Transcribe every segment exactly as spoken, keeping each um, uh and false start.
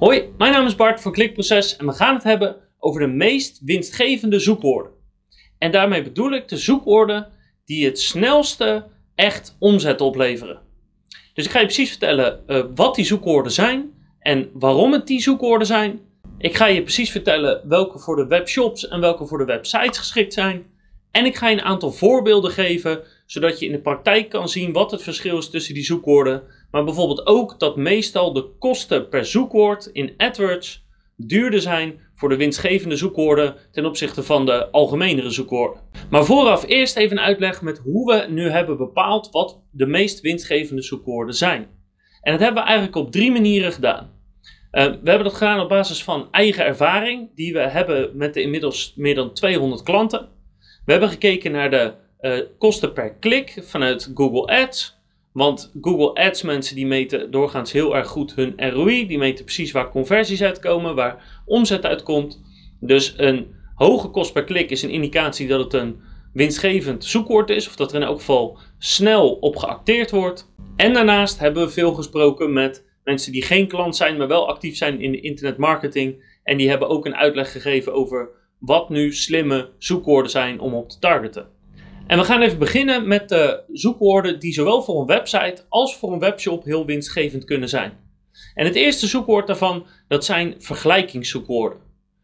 Hoi, mijn naam is Bart van Klikproces en we gaan het hebben over de meest winstgevende zoekwoorden. En daarmee bedoel ik de zoekwoorden die het snelste echt omzet opleveren. Dus ik ga je precies vertellen uh, wat die zoekwoorden zijn en waarom het die zoekwoorden zijn. Ik ga je precies vertellen welke voor de webshops en welke voor de websites geschikt zijn. En ik ga je een aantal voorbeelden geven, zodat je in de praktijk kan zien wat het verschil is tussen die zoekwoorden. Maar bijvoorbeeld ook dat meestal de kosten per zoekwoord in AdWords duurder zijn voor de winstgevende zoekwoorden ten opzichte van de algemenere zoekwoorden. Maar vooraf eerst even een uitleg met hoe we nu hebben bepaald wat de meest winstgevende zoekwoorden zijn. En dat hebben we eigenlijk op drie manieren gedaan. Uh, we hebben dat gedaan op basis van eigen ervaring die we hebben met de inmiddels meer dan tweehonderd klanten. We hebben gekeken naar de uh, kosten per klik vanuit Google Ads. Want Google Ads mensen die meten doorgaans heel erg goed hun R O I. Die meten precies waar conversies uitkomen, waar omzet uitkomt. Dus een hoge kost per klik is een indicatie dat het een winstgevend zoekwoord is. Of dat er in elk geval snel op geacteerd wordt. En daarnaast hebben we veel gesproken met mensen die geen klant zijn, maar wel actief zijn in de internetmarketing. En die hebben ook een uitleg gegeven over wat nu slimme zoekwoorden zijn om op te targeten. En we gaan even beginnen met de zoekwoorden die zowel voor een website als voor een webshop heel winstgevend kunnen zijn. En het eerste zoekwoord daarvan, dat zijn vergelijkingszoekwoorden.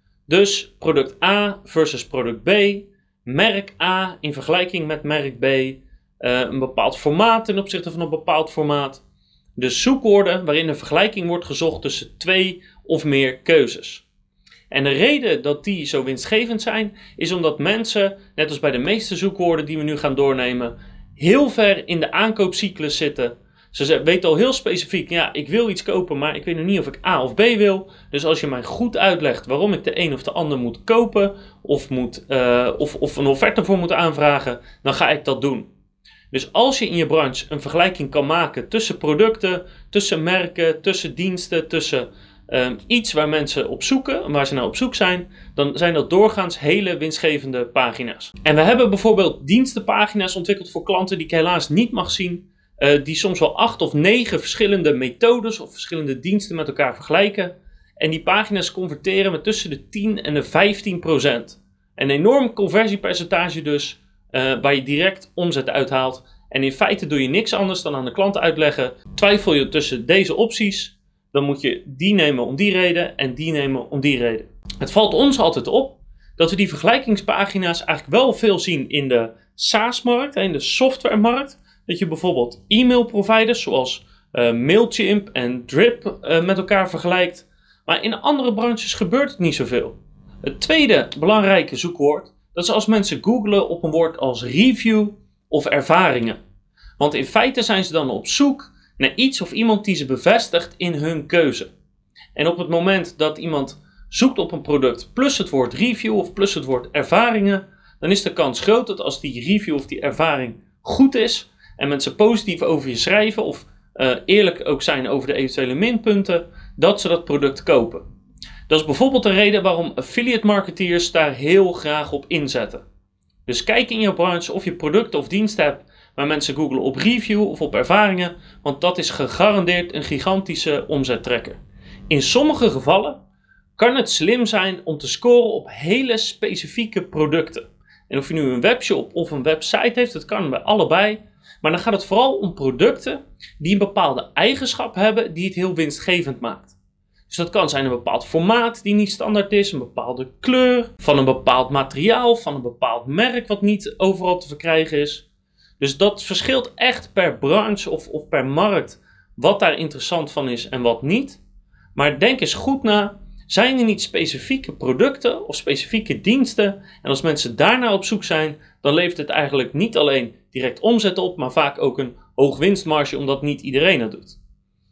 Dus product A versus product B, merk A in vergelijking met merk B, uh, een bepaald formaat ten opzichte van een bepaald formaat. Dus zoekwoorden waarin een vergelijking wordt gezocht tussen twee of meer keuzes. En de reden dat die zo winstgevend zijn, is omdat mensen, net als bij de meeste zoekwoorden die we nu gaan doornemen, heel ver in de aankoopcyclus zitten. Ze weten al heel specifiek, ja, ik wil iets kopen, maar ik weet nog niet of ik A of B wil. Dus als je mij goed uitlegt waarom ik de een of de ander moet kopen, of, moet, uh, of, of een offerte voor moet aanvragen, dan ga ik dat doen. Dus als je in je branche een vergelijking kan maken tussen producten, tussen merken, tussen diensten, tussen Um, iets waar mensen op zoeken, waar ze nou op zoek zijn, dan zijn dat doorgaans hele winstgevende pagina's. En we hebben bijvoorbeeld dienstenpagina's ontwikkeld voor klanten die ik helaas niet mag zien, uh, die soms wel acht of negen verschillende methodes of verschillende diensten met elkaar vergelijken. En die pagina's converteren met tussen de tien en de vijftien procent. Een enorm conversiepercentage dus, uh, waar je direct omzet uithaalt. En in feite doe je niks anders dan aan de klant uitleggen, twijfel je tussen deze opties, dan moet je die nemen om die reden en die nemen om die reden. Het valt ons altijd op dat we die vergelijkingspagina's eigenlijk wel veel zien in de SaaS-markt, in de softwaremarkt. Dat je bijvoorbeeld e-mailproviders zoals uh, Mailchimp en Drip uh, met elkaar vergelijkt. Maar in andere branches gebeurt het niet zoveel. Het tweede belangrijke zoekwoord, dat is als mensen googlen op een woord als review of ervaringen. Want in feite zijn ze dan op zoek naar iets of iemand die ze bevestigt in hun keuze. En op het moment dat iemand zoekt op een product plus het woord review of plus het woord ervaringen, dan is de kans groot dat als die review of die ervaring goed is en mensen positief over je schrijven of uh, eerlijk ook zijn over de eventuele minpunten, dat ze dat product kopen. Dat is bijvoorbeeld de reden waarom affiliate marketeers daar heel graag op inzetten. Dus kijk in je branche of je producten of diensten hebt waar mensen googlen op review of op ervaringen, want dat is gegarandeerd een gigantische omzettrekker. In sommige gevallen kan het slim zijn om te scoren op hele specifieke producten. En of je nu een webshop of een website heeft, dat kan bij allebei. Maar dan gaat het vooral om producten die een bepaalde eigenschap hebben die het heel winstgevend maakt. Dus dat kan zijn een bepaald formaat die niet standaard is, een bepaalde kleur, van een bepaald materiaal, van een bepaald merk wat niet overal te verkrijgen is. Dus dat verschilt echt per branche of, of per markt wat daar interessant van is en wat niet. Maar denk eens goed na, zijn er niet specifieke producten of specifieke diensten? En als mensen daarna op zoek zijn, dan levert het eigenlijk niet alleen direct omzet op, maar vaak ook een hoog winstmarge, omdat niet iedereen het doet.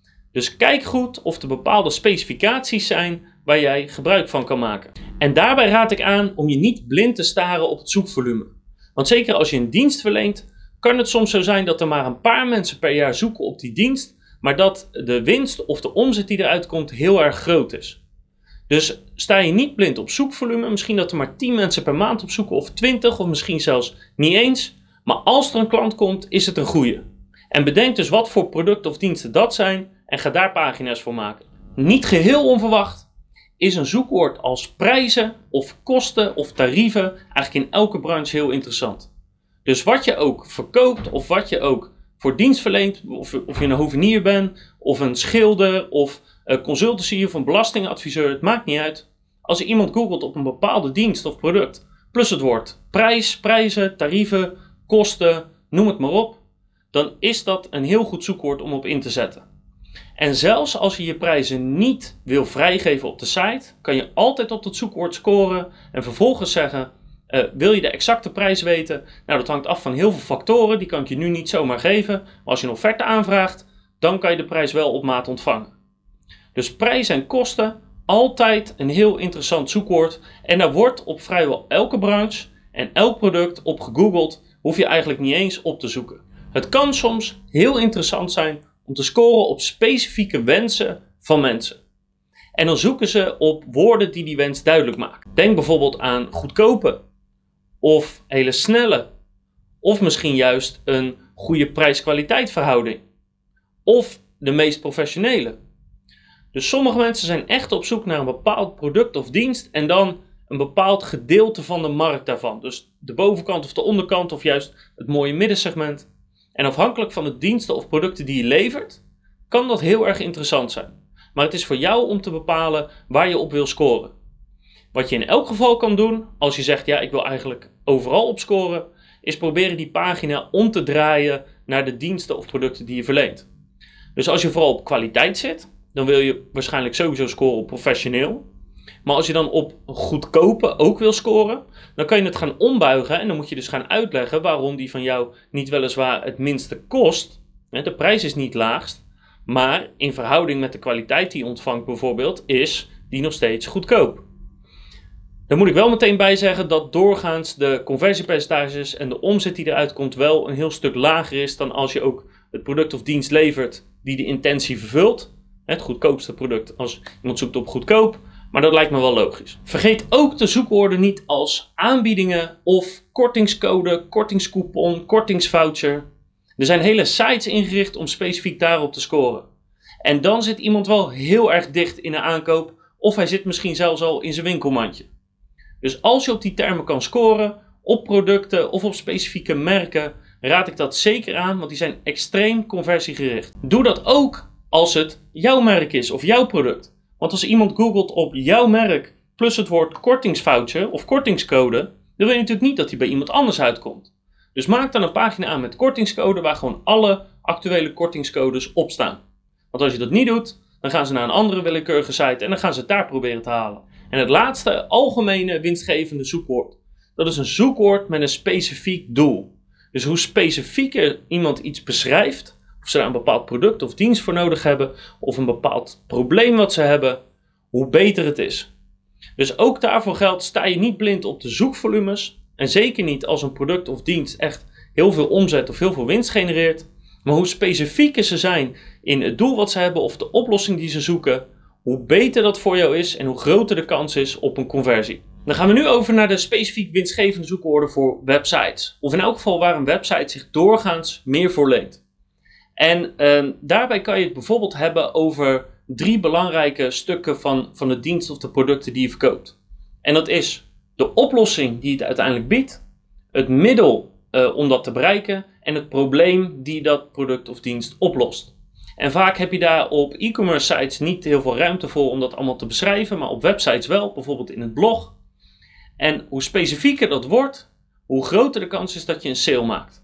Dus kijk goed of er bepaalde specificaties zijn waar jij gebruik van kan maken. En daarbij raad ik aan om je niet blind te staren op het zoekvolume. Want zeker als je een dienst verleent, kan het soms zo zijn dat er maar een paar mensen per jaar zoeken op die dienst, maar dat de winst of de omzet die eruit komt heel erg groot is. Dus sta je niet blind op zoekvolume, misschien dat er maar tien mensen per maand op zoeken of twintig of misschien zelfs niet eens, maar als er een klant komt is het een goeie. En bedenk dus wat voor producten of diensten dat zijn en ga daar pagina's voor maken. niet geheel onverwacht, is een zoekwoord als prijzen of kosten of tarieven eigenlijk in elke branche heel interessant. Dus wat je ook verkoopt of wat je ook voor dienst verleent, of, of je een hovenier bent of een schilder of een consultancy of een belastingadviseur, het maakt niet uit. Als iemand googelt op een bepaalde dienst of product, plus het woord prijs, prijzen, tarieven, kosten, noem het maar op, dan is dat een heel goed zoekwoord om op in te zetten. En zelfs als je je prijzen niet wil vrijgeven op de site, kan je altijd op dat zoekwoord scoren en vervolgens zeggen, uh, wil je de exacte prijs weten? Nou, dat hangt af van heel veel factoren, die kan ik je nu niet zomaar geven. Maar als je een offerte aanvraagt, dan kan je de prijs wel op maat ontvangen. Dus prijs en kosten, altijd een heel interessant zoekwoord. En daar wordt op vrijwel elke branche en elk product op gegoogeld, hoef je eigenlijk niet eens op te zoeken. Het kan soms heel interessant zijn om te scoren op specifieke wensen van mensen. En dan zoeken ze op woorden die die wens duidelijk maken. Denk bijvoorbeeld aan goedkope, of hele snelle, of misschien juist een goede prijs-kwaliteit verhouding, of de meest professionele. Dus sommige mensen zijn echt op zoek naar een bepaald product of dienst en dan een bepaald gedeelte van de markt daarvan. Dus de bovenkant of de onderkant of juist het mooie middensegment. En afhankelijk van de diensten of producten die je levert, kan dat heel erg interessant zijn. Maar het is voor jou om te bepalen waar je op wil scoren. Wat je in elk geval kan doen, als je zegt, ja, ik wil eigenlijk overal op scoren, is proberen die pagina om te draaien naar de diensten of producten die je verleent. Dus als je vooral op kwaliteit zit, dan wil je waarschijnlijk sowieso scoren op professioneel. Maar als je dan op goedkope ook wil scoren, dan kan je het gaan ombuigen en dan moet je dus gaan uitleggen waarom die van jou niet weliswaar het minste kost. De prijs is niet laagst, maar in verhouding met de kwaliteit die je ontvangt bijvoorbeeld, is die nog steeds goedkoop. Daar moet ik wel meteen bij zeggen dat doorgaans de conversiepercentages en de omzet die eruit komt wel een heel stuk lager is dan als je ook het product of dienst levert die de intentie vervult. Het goedkoopste product als iemand zoekt op goedkoop, maar dat lijkt me wel logisch. Vergeet ook de zoekwoorden niet als aanbiedingen of kortingscode, kortingscoupon, kortingsvoucher. Er zijn hele sites ingericht om specifiek daarop te scoren. En dan zit iemand wel heel erg dicht in de aankoop of hij zit misschien zelfs al in zijn winkelmandje. Dus als je op die termen kan scoren, op producten of op specifieke merken, raad ik dat zeker aan, want die zijn extreem conversiegericht. Doe dat ook als het jouw merk is of jouw product. Want als iemand googelt op jouw merk plus het woord kortingsvoucher of kortingscode, dan wil je natuurlijk niet dat hij bij iemand anders uitkomt. Dus maak dan een pagina aan met kortingscode waar gewoon alle actuele kortingscodes op staan. Want als je dat niet doet, dan gaan ze naar een andere willekeurige site en dan gaan ze het daar proberen te halen. En het laatste algemene winstgevende zoekwoord, dat is een zoekwoord met een specifiek doel. Dus hoe specifieker iemand iets beschrijft, of ze daar een bepaald product of dienst voor nodig hebben, of een bepaald probleem wat ze hebben, hoe beter het is. Dus ook daarvoor geldt, sta je niet blind op de zoekvolumes, en zeker niet als een product of dienst echt heel veel omzet of heel veel winst genereert, maar hoe specifieker ze zijn in het doel wat ze hebben of de oplossing die ze zoeken, hoe beter dat voor jou is en hoe groter de kans is op een conversie. Dan gaan we nu over naar de specifiek winstgevende zoekwoorden voor websites. Of in elk geval waar een website zich doorgaans meer voor leent. En uh, daarbij kan je het bijvoorbeeld hebben over drie belangrijke stukken van, van de dienst of de producten die je verkoopt. En dat is de oplossing die het uiteindelijk biedt, het middel uh, om dat te bereiken en het probleem die dat product of dienst oplost. En vaak heb je daar op e-commerce sites niet heel veel ruimte voor om dat allemaal te beschrijven, maar op websites wel, bijvoorbeeld in het blog. En hoe specifieker dat wordt, hoe groter de kans is dat je een sale maakt.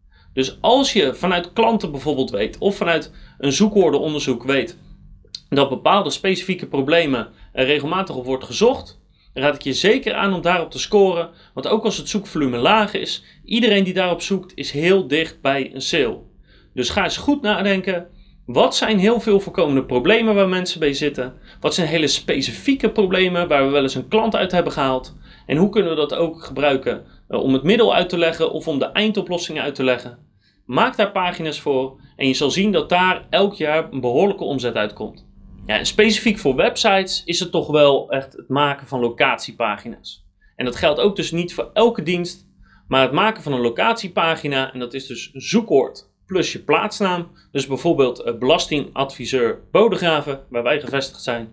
Dus als je vanuit klanten bijvoorbeeld weet, of vanuit een zoekwoordenonderzoek weet, dat bepaalde specifieke problemen er regelmatig op wordt gezocht, dan raad ik je zeker aan om daarop te scoren, want ook als het zoekvolume laag is, iedereen die daarop zoekt is heel dicht bij een sale. Dus ga eens goed nadenken, wat zijn heel veel voorkomende problemen waar mensen bij zitten? Wat zijn hele specifieke problemen waar we wel eens een klant uit hebben gehaald? En hoe kunnen we dat ook gebruiken uh, om het middel uit te leggen of om de eindoplossing uit te leggen? Maak daar pagina's voor en je zal zien dat daar elk jaar een behoorlijke omzet uitkomt. Ja, en specifiek voor websites is het toch wel echt het maken van locatiepagina's. En dat geldt ook dus niet voor elke dienst, maar het maken van een locatiepagina, en dat is dus een zoekwoord plus je plaatsnaam. Dus bijvoorbeeld uh, belastingadviseur Bodegraven, waar wij gevestigd zijn.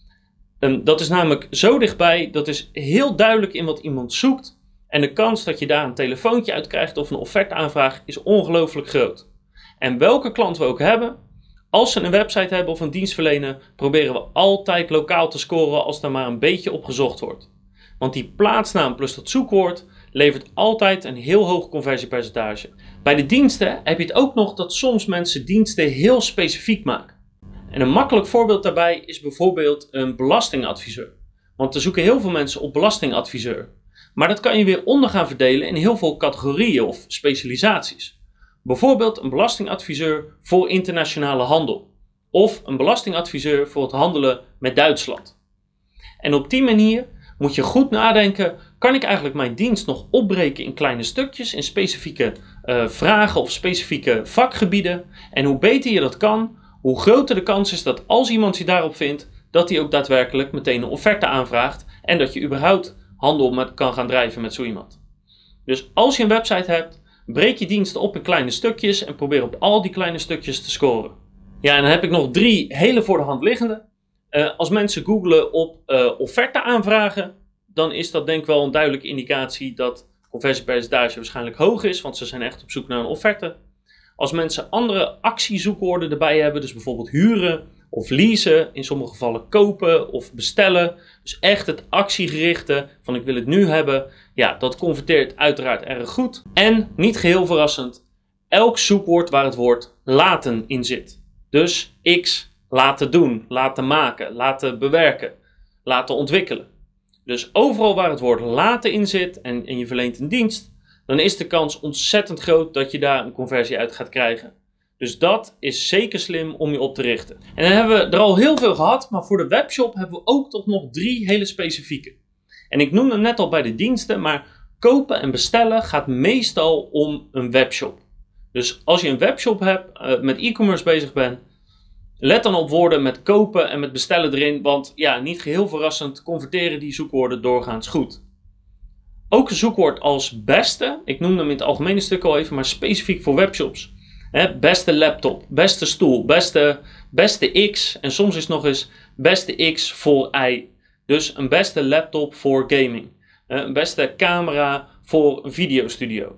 Um, dat is namelijk zo dichtbij, dat is heel duidelijk in wat iemand zoekt. En de kans dat je daar een telefoontje uit krijgt of een offerteaanvraag is ongelooflijk groot. En welke klant we ook hebben, als ze een website hebben of een dienst verlenen, proberen we altijd lokaal te scoren als er maar een beetje op gezocht wordt. Want die plaatsnaam plus dat zoekwoord levert altijd een heel hoog conversiepercentage. Bij de diensten heb je het ook nog dat soms mensen diensten heel specifiek maken. En een makkelijk voorbeeld daarbij is bijvoorbeeld een belastingadviseur. Want er zoeken heel veel mensen op belastingadviseur. Maar dat kan je weer onder gaan verdelen in heel veel categorieën of specialisaties. Bijvoorbeeld een belastingadviseur voor internationale handel. Of een belastingadviseur voor het handelen met Duitsland. En op die manier moet je goed nadenken, kan ik eigenlijk mijn dienst nog opbreken in kleine stukjes, in specifieke uh, vragen of specifieke vakgebieden. En hoe beter je dat kan, hoe groter de kans is dat als iemand je daarop vindt, dat hij ook daadwerkelijk meteen een offerte aanvraagt en dat je überhaupt handel met, kan gaan drijven met zo iemand. Dus als je een website hebt, breek je diensten op in kleine stukjes en probeer op al die kleine stukjes te scoren. Ja, en dan heb ik nog drie hele voor de hand liggende. Uh, als mensen googlen op uh, offerte aanvragen, dan is dat denk ik wel een duidelijke indicatie dat conversiepercentage waarschijnlijk hoog is, want ze zijn echt op zoek naar een offerte. Als mensen andere actiezoekwoorden erbij hebben, dus bijvoorbeeld huren of leasen, in sommige gevallen kopen of bestellen, dus echt het actiegerichte van ik wil het nu hebben, ja, dat converteert uiteraard erg goed. En niet geheel verrassend, elk zoekwoord waar het woord laten in zit. Dus X, laten doen, laten maken, laten bewerken, laten ontwikkelen. Dus overal waar het woord laten in zit en, en je verleent een dienst, dan is de kans ontzettend groot dat je daar een conversie uit gaat krijgen. Dus dat is zeker slim om je op te richten. En dan hebben we er al heel veel gehad, maar voor de webshop hebben we ook toch nog drie hele specifieke. En ik noemde net al bij de diensten, maar kopen en bestellen gaat meestal om een webshop. Dus als je een webshop hebt, uh, met e-commerce bezig bent, let dan op woorden met kopen en met bestellen erin, want ja, niet geheel verrassend converteren die zoekwoorden doorgaans goed. Ook een zoekwoord als beste, ik noemde hem in het algemene stuk al even, maar specifiek voor webshops. He, beste laptop, beste stoel, beste, beste X en soms is nog eens beste X voor Y. Dus een beste laptop voor gaming, een beste camera voor een videostudio.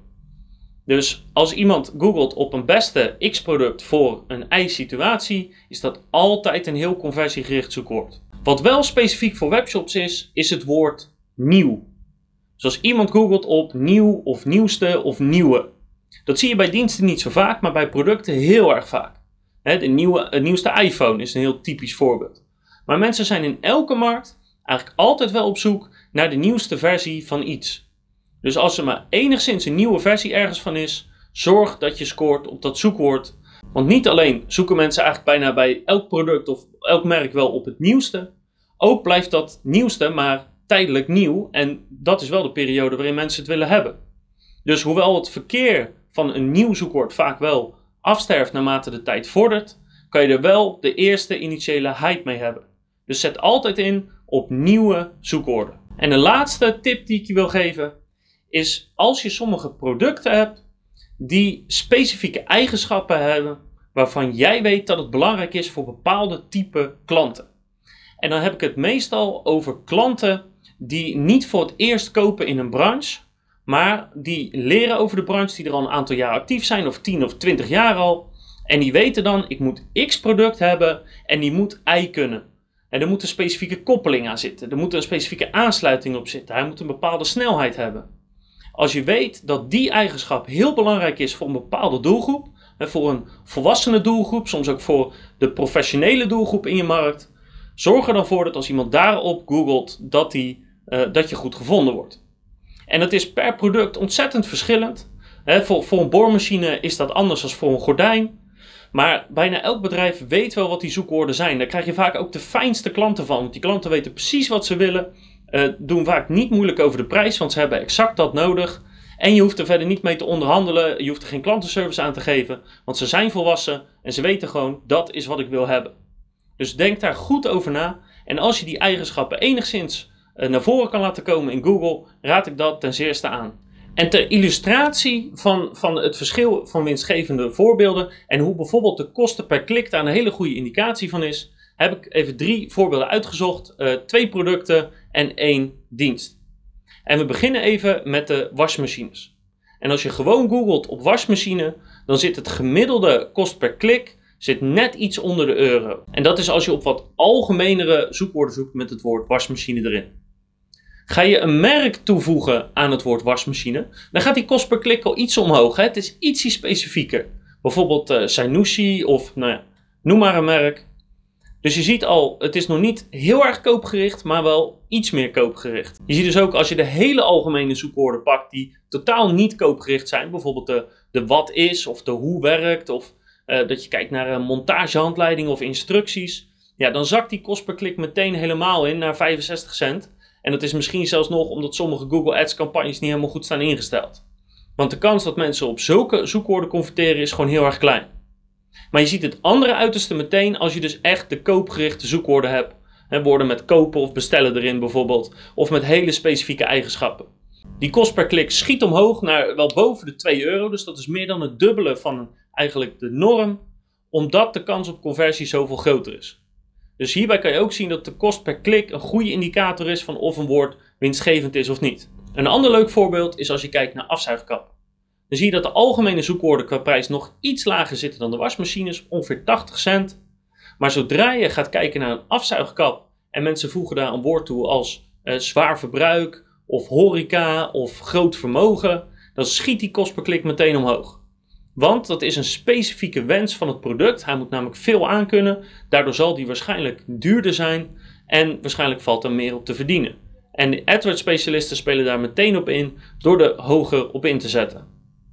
Dus als iemand googelt op een beste X-product voor een Y-situatie, is dat altijd een heel conversiegericht zoekwoord. Wat wel specifiek voor webshops is, is het woord nieuw. Dus als iemand googelt op nieuw of nieuwste of nieuwe. Dat zie je bij diensten niet zo vaak, maar bij producten heel erg vaak. He, de nieuwe, het nieuwste iPhone is een heel typisch voorbeeld. Maar mensen zijn in elke markt eigenlijk altijd wel op zoek naar de nieuwste versie van iets. Dus als er maar enigszins een nieuwe versie ergens van is, zorg dat je scoort op dat zoekwoord. Want niet alleen zoeken mensen eigenlijk bijna bij elk product of elk merk wel op het nieuwste. Ook blijft dat nieuwste maar tijdelijk nieuw en dat is wel de periode waarin mensen het willen hebben. Dus hoewel het verkeer van een nieuw zoekwoord vaak wel afsterft naarmate de tijd vordert, kan je er wel de eerste initiële hype mee hebben. Dus zet altijd in op nieuwe zoekwoorden. En de laatste tip die ik je wil geven is als je sommige producten hebt die specifieke eigenschappen hebben waarvan jij weet dat het belangrijk is voor bepaalde type klanten. En dan heb ik het meestal over klanten die niet voor het eerst kopen in een branche, maar die leren over de branche, die er al een aantal jaar actief zijn, of tien of twintig jaar al. En die weten dan, ik moet X product hebben en die moet Y kunnen. En er moet een specifieke koppeling aan zitten, er moet een specifieke aansluiting op zitten, hij moet een bepaalde snelheid hebben. Als je weet dat die eigenschap heel belangrijk is voor een bepaalde doelgroep, voor een volwassene doelgroep, soms ook voor de professionele doelgroep in je markt, zorg er dan voor dat als iemand daarop googelt, dat, die, uh, dat je goed gevonden wordt. En dat is per product ontzettend verschillend. He, voor, voor een boormachine is dat anders dan voor een gordijn. Maar bijna elk bedrijf weet wel wat die zoekwoorden zijn. Daar krijg je vaak ook de fijnste klanten van. Want die klanten weten precies wat ze willen. Uh, doen vaak niet moeilijk over de prijs, want ze hebben exact dat nodig. En je hoeft er verder niet mee te onderhandelen. Je hoeft er geen klantenservice aan te geven. Want ze zijn volwassen en ze weten gewoon, dat is wat ik wil hebben. Dus denk daar goed over na. En als je die eigenschappen enigszins uh, naar voren kan laten komen in Google, raad ik dat ten zeerste aan. En ter illustratie van, van het verschil van winstgevende voorbeelden en hoe bijvoorbeeld de kosten per klik daar een hele goede indicatie van is, heb ik even drie voorbeelden uitgezocht. Uh, twee producten en één dienst. En we beginnen even met de wasmachines. En als je gewoon googelt op wasmachine, dan zit het gemiddelde kost per klik zit net iets onder de euro. En dat is als je op wat algemenere zoekwoorden zoekt met het woord wasmachine erin. Ga je een merk toevoegen aan het woord wasmachine, dan gaat die kost per klik al iets omhoog. Hè? Het is ietsje specifieker. Bijvoorbeeld uh, Sanusi of nou ja, noem maar een merk. Dus je ziet al, het is nog niet heel erg koopgericht, maar wel iets meer koopgericht. Je ziet dus ook als je de hele algemene zoekwoorden pakt die totaal niet koopgericht zijn. Bijvoorbeeld de, de wat is of de hoe werkt of uh, dat je kijkt naar uh, montagehandleidingen of instructies. Ja, dan zakt die kost per klik meteen helemaal in naar vijfenzestig cent. En dat is misschien zelfs nog omdat sommige Google Ads campagnes niet helemaal goed staan ingesteld. Want de kans dat mensen op zulke zoekwoorden converteren is gewoon heel erg klein. Maar je ziet het andere uiterste meteen als je dus echt de koopgerichte zoekwoorden hebt. He, woorden met kopen of bestellen erin bijvoorbeeld. Of met hele specifieke eigenschappen. Die kost per klik schiet omhoog naar wel boven de twee euro. Dus dat is meer dan het dubbele van eigenlijk de norm. Omdat de kans op conversie zoveel groter is. Dus hierbij kan je ook zien dat de kost per klik een goede indicator is van of een woord winstgevend is of niet. Een ander leuk voorbeeld is als je kijkt naar afzuigkap. Dan zie je dat de algemene zoekwoorden qua prijs nog iets lager zitten dan de wasmachines, ongeveer tachtig cent. Maar zodra je gaat kijken naar een afzuigkap en mensen voegen daar een woord toe als uh, zwaar verbruik of horeca of groot vermogen, dan schiet die kost per klik meteen omhoog. Want dat is een specifieke wens van het product. Hij moet namelijk veel aankunnen. Daardoor zal die waarschijnlijk duurder zijn. En waarschijnlijk valt er meer op te verdienen. En de AdWords specialisten spelen daar meteen op in door er hoger op in te zetten.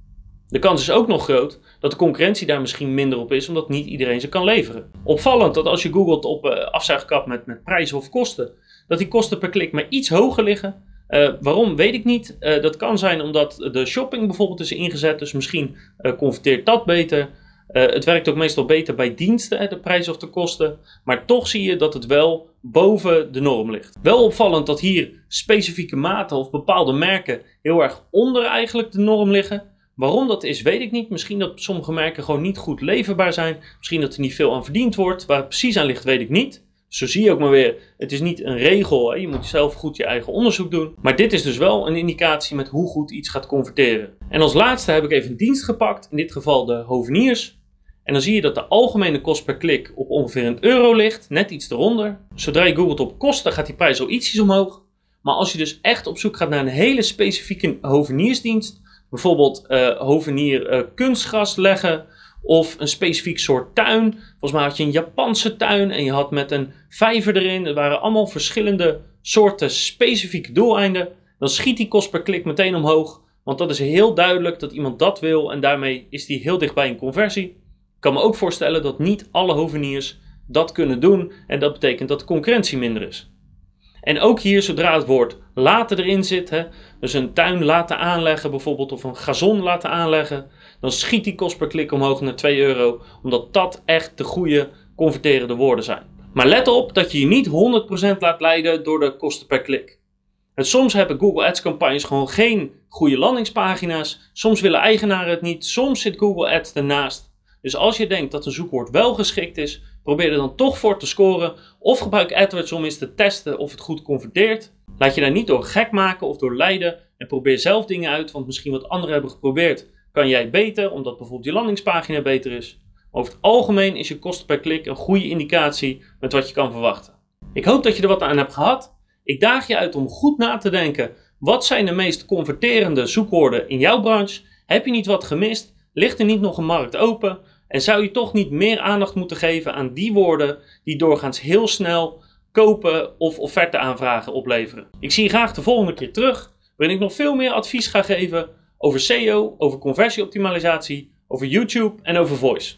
De kans is ook nog groot dat de concurrentie daar misschien minder op is. Omdat niet iedereen ze kan leveren. Opvallend dat als je googelt op uh, afzuigkap met, met prijzen of kosten. Dat die kosten per klik maar iets hoger liggen. Uh, waarom weet ik niet. Uh, dat kan zijn omdat de shopping bijvoorbeeld is ingezet. Dus misschien uh, converteert dat beter. Uh, het werkt ook meestal beter bij diensten, hè, de prijs of de kosten. Maar toch zie je dat het wel boven de norm ligt. Wel opvallend dat hier specifieke maten of bepaalde merken heel erg onder eigenlijk de norm liggen. Waarom dat is weet ik niet. Misschien dat sommige merken gewoon niet goed leverbaar zijn. Misschien dat er niet veel aan verdiend wordt. Waar het precies aan ligt weet ik niet. Zo zie je ook maar weer, het is niet een regel, hè? Je moet zelf goed je eigen onderzoek doen. Maar dit is dus wel een indicatie met hoe goed iets gaat converteren. En als laatste heb ik even een dienst gepakt, in dit geval de hoveniers. En dan zie je dat de algemene kost per klik op ongeveer een euro ligt, net iets eronder. Zodra je googelt op kosten gaat die prijs al ietsjes omhoog. Maar als je dus echt op zoek gaat naar een hele specifieke hoveniersdienst, bijvoorbeeld uh, hovenier uh, kunstgras leggen, of een specifiek soort tuin. Volgens mij had je een Japanse tuin en je had met een vijver erin. Er waren allemaal verschillende soorten specifieke doeleinden. Dan schiet die kost per klik meteen omhoog. Want dat is heel duidelijk dat iemand dat wil en daarmee is die heel dichtbij een conversie. Ik kan me ook voorstellen dat niet alle hoveniers dat kunnen doen. En dat betekent dat de concurrentie minder is. En ook hier, zodra het woord laten erin zit, hè, dus een tuin laten aanleggen bijvoorbeeld, of een gazon laten aanleggen, dan schiet die kost per klik omhoog naar twee euro, omdat dat echt de goede converterende woorden zijn. Maar let op dat je je niet honderd procent laat leiden door de kosten per klik. En soms hebben Google Ads campagnes gewoon geen goede landingspagina's, soms willen eigenaren het niet, soms zit Google Ads ernaast. Dus als je denkt dat een zoekwoord wel geschikt is, probeer er dan toch voor te scoren. Of gebruik AdWords om eens te testen of het goed converteert. Laat je daar niet door gek maken of door leiden. En probeer zelf dingen uit, want misschien wat anderen hebben geprobeerd, kan jij beter, omdat bijvoorbeeld je landingspagina beter is. Maar over het algemeen is je kosten per klik een goede indicatie met wat je kan verwachten. Ik hoop dat je er wat aan hebt gehad. Ik daag je uit om goed na te denken. Wat zijn de meest converterende zoekwoorden in jouw branche? Heb je niet wat gemist? Ligt er niet nog een markt open? En zou je toch niet meer aandacht moeten geven aan die woorden die doorgaans heel snel kopen of offerte aanvragen opleveren? Ik zie je graag de volgende keer terug, waarin ik nog veel meer advies ga geven over S E O, over conversieoptimalisatie, over YouTube en over Voice.